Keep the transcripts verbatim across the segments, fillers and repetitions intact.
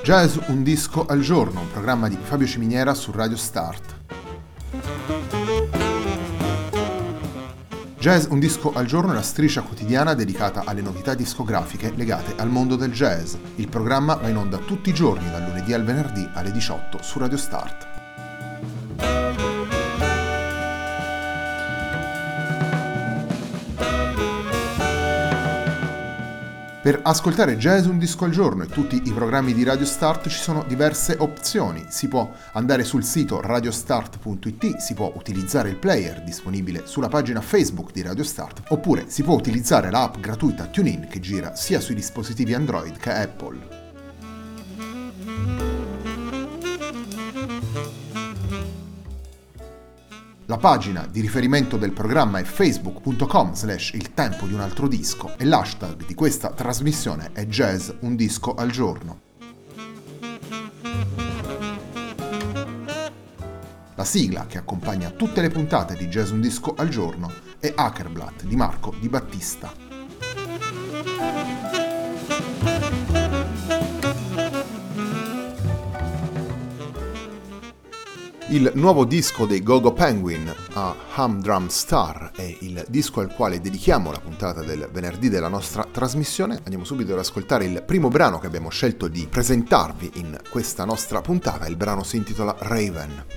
Jazz Un Disco al Giorno, un programma di Fabio Ciminiera su Radio Start. Jazz Un Disco al Giorno è la striscia quotidiana dedicata alle novità discografiche legate al mondo del jazz. Il programma va in onda tutti i giorni, dal lunedì al venerdì alle diciotto su Radio Start. Per ascoltare Jazz Un Disco al Giorno e tutti i programmi di Radio Start ci sono diverse opzioni. Si può andare sul sito radiostart punto it, si può utilizzare il player disponibile sulla pagina Facebook di Radio Start, oppure si può utilizzare l'app gratuita TuneIn che gira sia sui dispositivi Android che Apple. La pagina di riferimento del programma è facebook punto com slash il tempo di un altro disco e l'hashtag di questa trasmissione è Jazz Un Disco al Giorno. La sigla che accompagna tutte le puntate di Jazz Un Disco al Giorno è Ackerblatt di Marco Di Battista. Il nuovo disco dei Go Go Penguin, a Humdrum Star, è il disco al quale dedichiamo la puntata del venerdì della nostra trasmissione. Andiamo subito ad ascoltare il primo brano che abbiamo scelto di presentarvi in questa nostra puntata. Il brano si intitola Raven.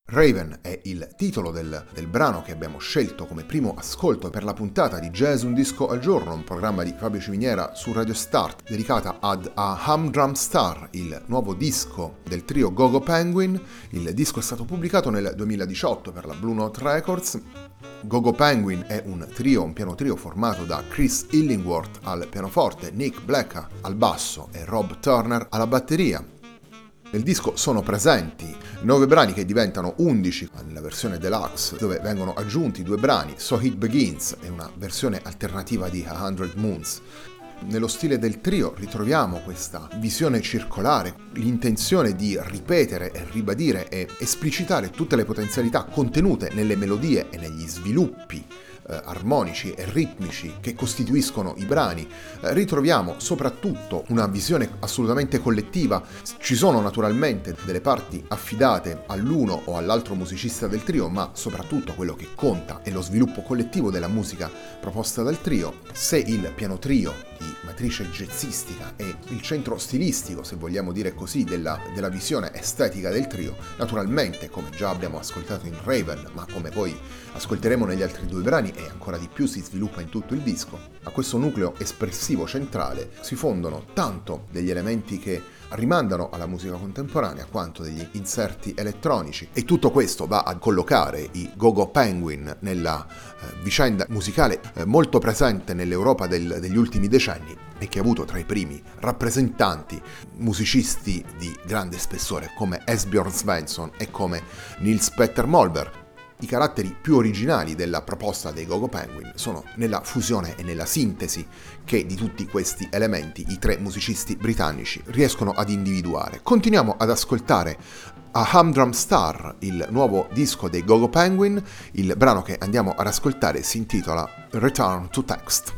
Raven è il titolo del, del brano che abbiamo scelto come primo ascolto per la puntata di Jazz Un Disco al Giorno, un programma di Fabio Ciminiera su Radio Start dedicata ad A Humdrum Star, il nuovo disco del trio Gogo Penguin. Il disco è stato pubblicato nel duemiladiciotto per la Blue Note Records. Gogo Penguin è un trio, un piano trio formato da Chris Illingworth al pianoforte, Nick Blecka al basso e Rob Turner alla batteria. Nel disco sono presenti nove brani che diventano undici nella versione deluxe, dove vengono aggiunti due brani, So It Begins e una versione alternativa di A Hundred Moons. Nello stile del trio ritroviamo questa visione circolare, l'intenzione di ripetere e ribadire e esplicitare tutte le potenzialità contenute nelle melodie e negli sviluppi eh, armonici e ritmici che costituiscono i brani. Eh, ritroviamo soprattutto una visione assolutamente collettiva. Ci sono naturalmente delle parti affidate all'uno o all'altro musicista del trio, ma soprattutto quello che conta è lo sviluppo collettivo della musica proposta dal trio. Se il piano trio di matrice jazzistica e il centro stilistico, se vogliamo dire così, della, della visione estetica del trio, naturalmente, come già abbiamo ascoltato in Raven, ma come poi ascolteremo negli altri due brani e ancora di più si sviluppa in tutto il disco, a questo nucleo espressivo centrale si fondono tanto degli elementi che rimandano alla musica contemporanea quanto degli inserti elettronici, e tutto questo va a collocare i Gogo Penguin nella eh, vicenda musicale eh, molto presente nell'Europa del, degli ultimi decenni e che ha avuto tra i primi rappresentanti musicisti di grande spessore come Esbjörn Svensson e come Nils Petter Molver. I caratteri più originali della proposta dei Gogo Penguin sono nella fusione e nella sintesi che di tutti questi elementi i tre musicisti britannici riescono ad individuare. Continuiamo ad ascoltare A Humdrum Star, il nuovo disco dei Gogo Penguin. Il brano che andiamo ad ascoltare si intitola Return to Text.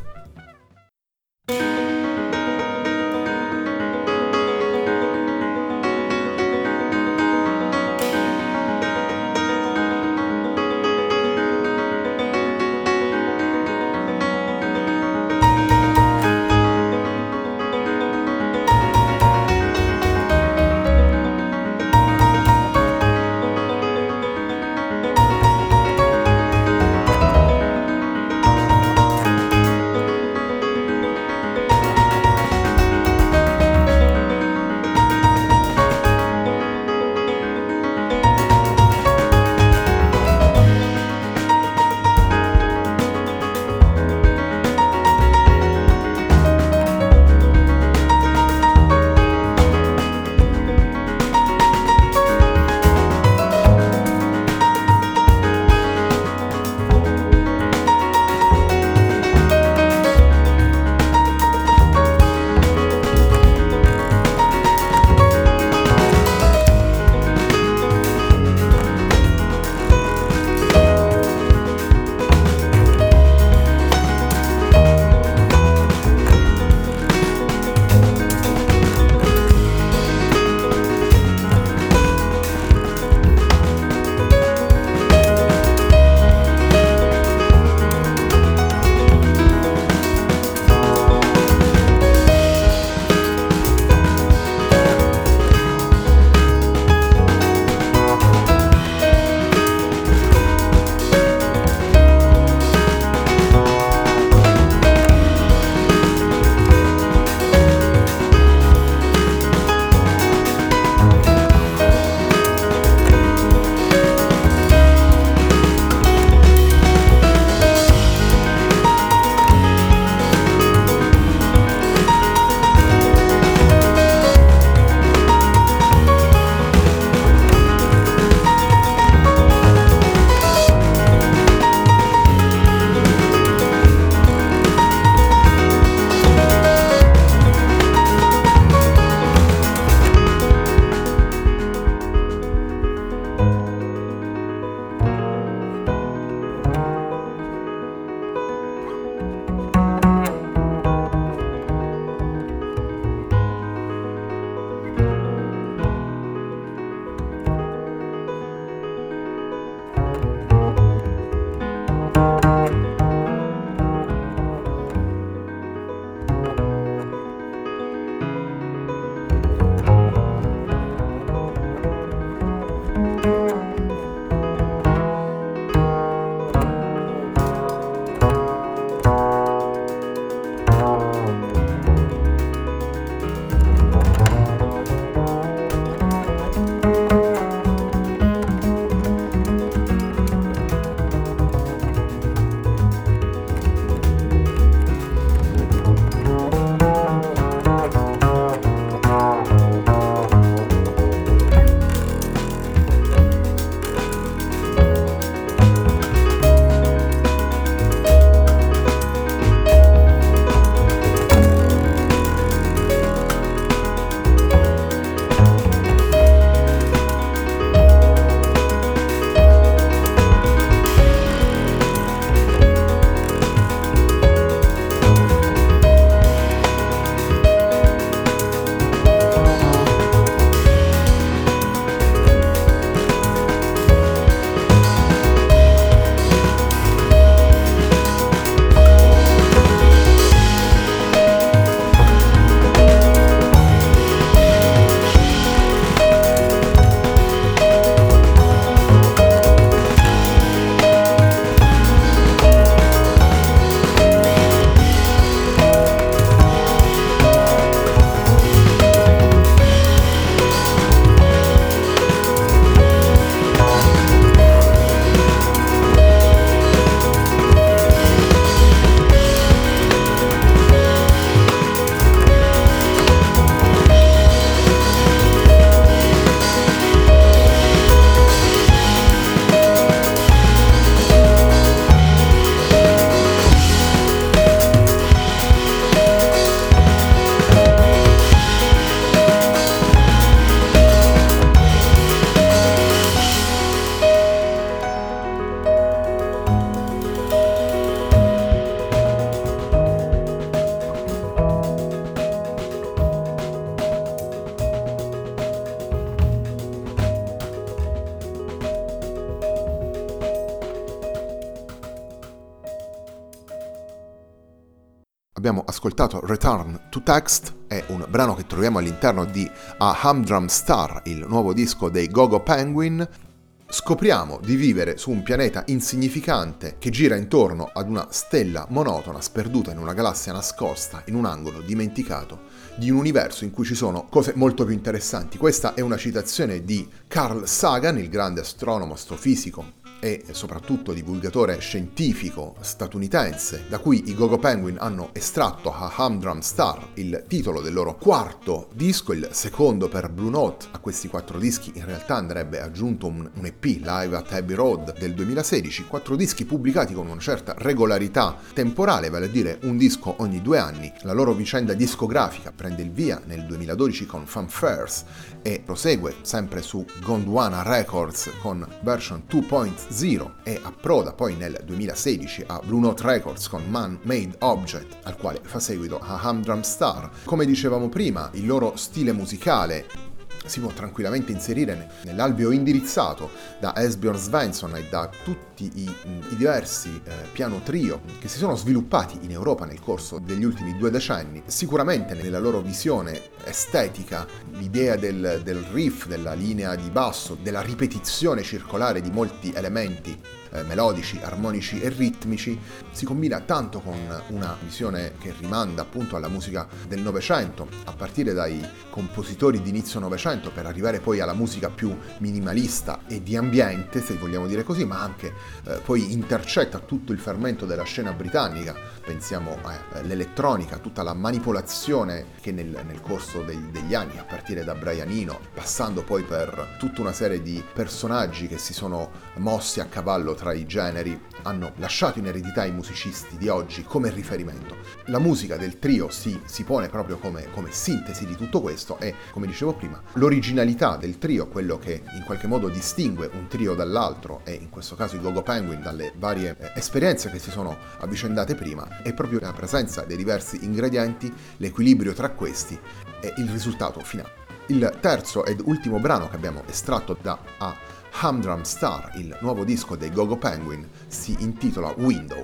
Abbiamo ascoltato Return to Text, è un brano che troviamo all'interno di A Humdrum Star, il nuovo disco dei Gogo Penguin. Scopriamo di vivere su un pianeta insignificante che gira intorno ad una stella monotona sperduta in una galassia nascosta in un angolo dimenticato di un universo in cui ci sono cose molto più interessanti. Questa è una citazione di Carl Sagan, il grande astronomo, astrofisico e soprattutto divulgatore scientifico statunitense, da cui i Gogo Penguin hanno estratto A Humdrum Star, il titolo del loro quarto disco, il secondo per Blue Note. A questi quattro dischi in realtà andrebbe aggiunto un, un E P, Live at Abbey Road del duemilasedici, quattro dischi pubblicati con una certa regolarità temporale, vale a dire un disco ogni due anni. La loro vicenda discografica prende il via nel duemiladodici con Fanfares e prosegue sempre su Gondwana Records con version due punto zero e approda poi nel duemilasedici a Blue Note Records con Man Made Object, al quale fa seguito A Humdrum Star. Come dicevamo prima, il loro stile musicale si può tranquillamente inserire nell'alveo indirizzato da Esbjörn Svensson e da tutti i, i diversi eh, piano trio che si sono sviluppati in Europa nel corso degli ultimi due decenni. Sicuramente nella loro visione estetica l'idea del, del riff, della linea di basso, della ripetizione circolare di molti elementi eh, melodici, armonici e ritmici si combina tanto con una visione che rimanda appunto alla musica del Novecento, a partire dai compositori di inizio Novecento per arrivare poi alla musica più minimalista e di ambiente, se vogliamo dire così, ma anche eh, poi intercetta tutto il fermento della scena britannica. Pensiamo all'elettronica, tutta la manipolazione che nel, nel corso degli, degli anni, a partire da Brian Eno, passando poi per tutta una serie di personaggi che si sono mossi a cavallo tra i generi, hanno lasciato in eredità ai musicisti di oggi come riferimento. La musica del trio si, si pone proprio come, come sintesi di tutto questo e, come dicevo prima, l'originalità del trio, quello che in qualche modo distingue un trio dall'altro e in questo caso i Gogo Penguin dalle varie eh, esperienze che si sono avvicendate prima, è proprio la presenza dei diversi ingredienti, l'equilibrio tra questi e il risultato finale. Il terzo ed ultimo brano che abbiamo estratto da A Humdrum Star, il nuovo disco dei Gogo Penguin, si intitola Window.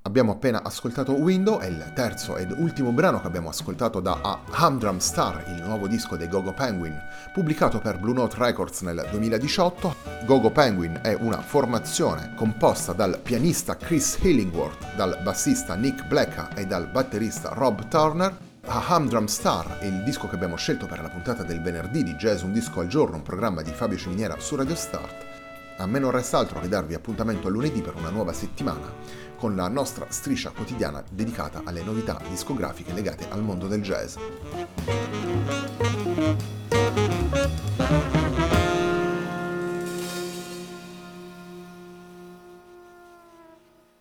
Abbiamo appena ascoltato Window, è il terzo ed ultimo brano che abbiamo ascoltato da A Humdrum Star, il nuovo disco dei Gogo Penguin, pubblicato per Blue Note Records nel duemiladiciotto. Gogo Penguin è una formazione composta dal pianista Chris Illingworth, dal bassista Nick Blecka e dal batterista Rob Turner. A Humdrum Star è il disco che abbiamo scelto per la puntata del venerdì di Jazz Un Disco al Giorno, un programma di Fabio Ciminiera su Radio Start. A me non resta altro che darvi appuntamento a lunedì per una nuova settimana con la nostra striscia quotidiana dedicata alle novità discografiche legate al mondo del jazz.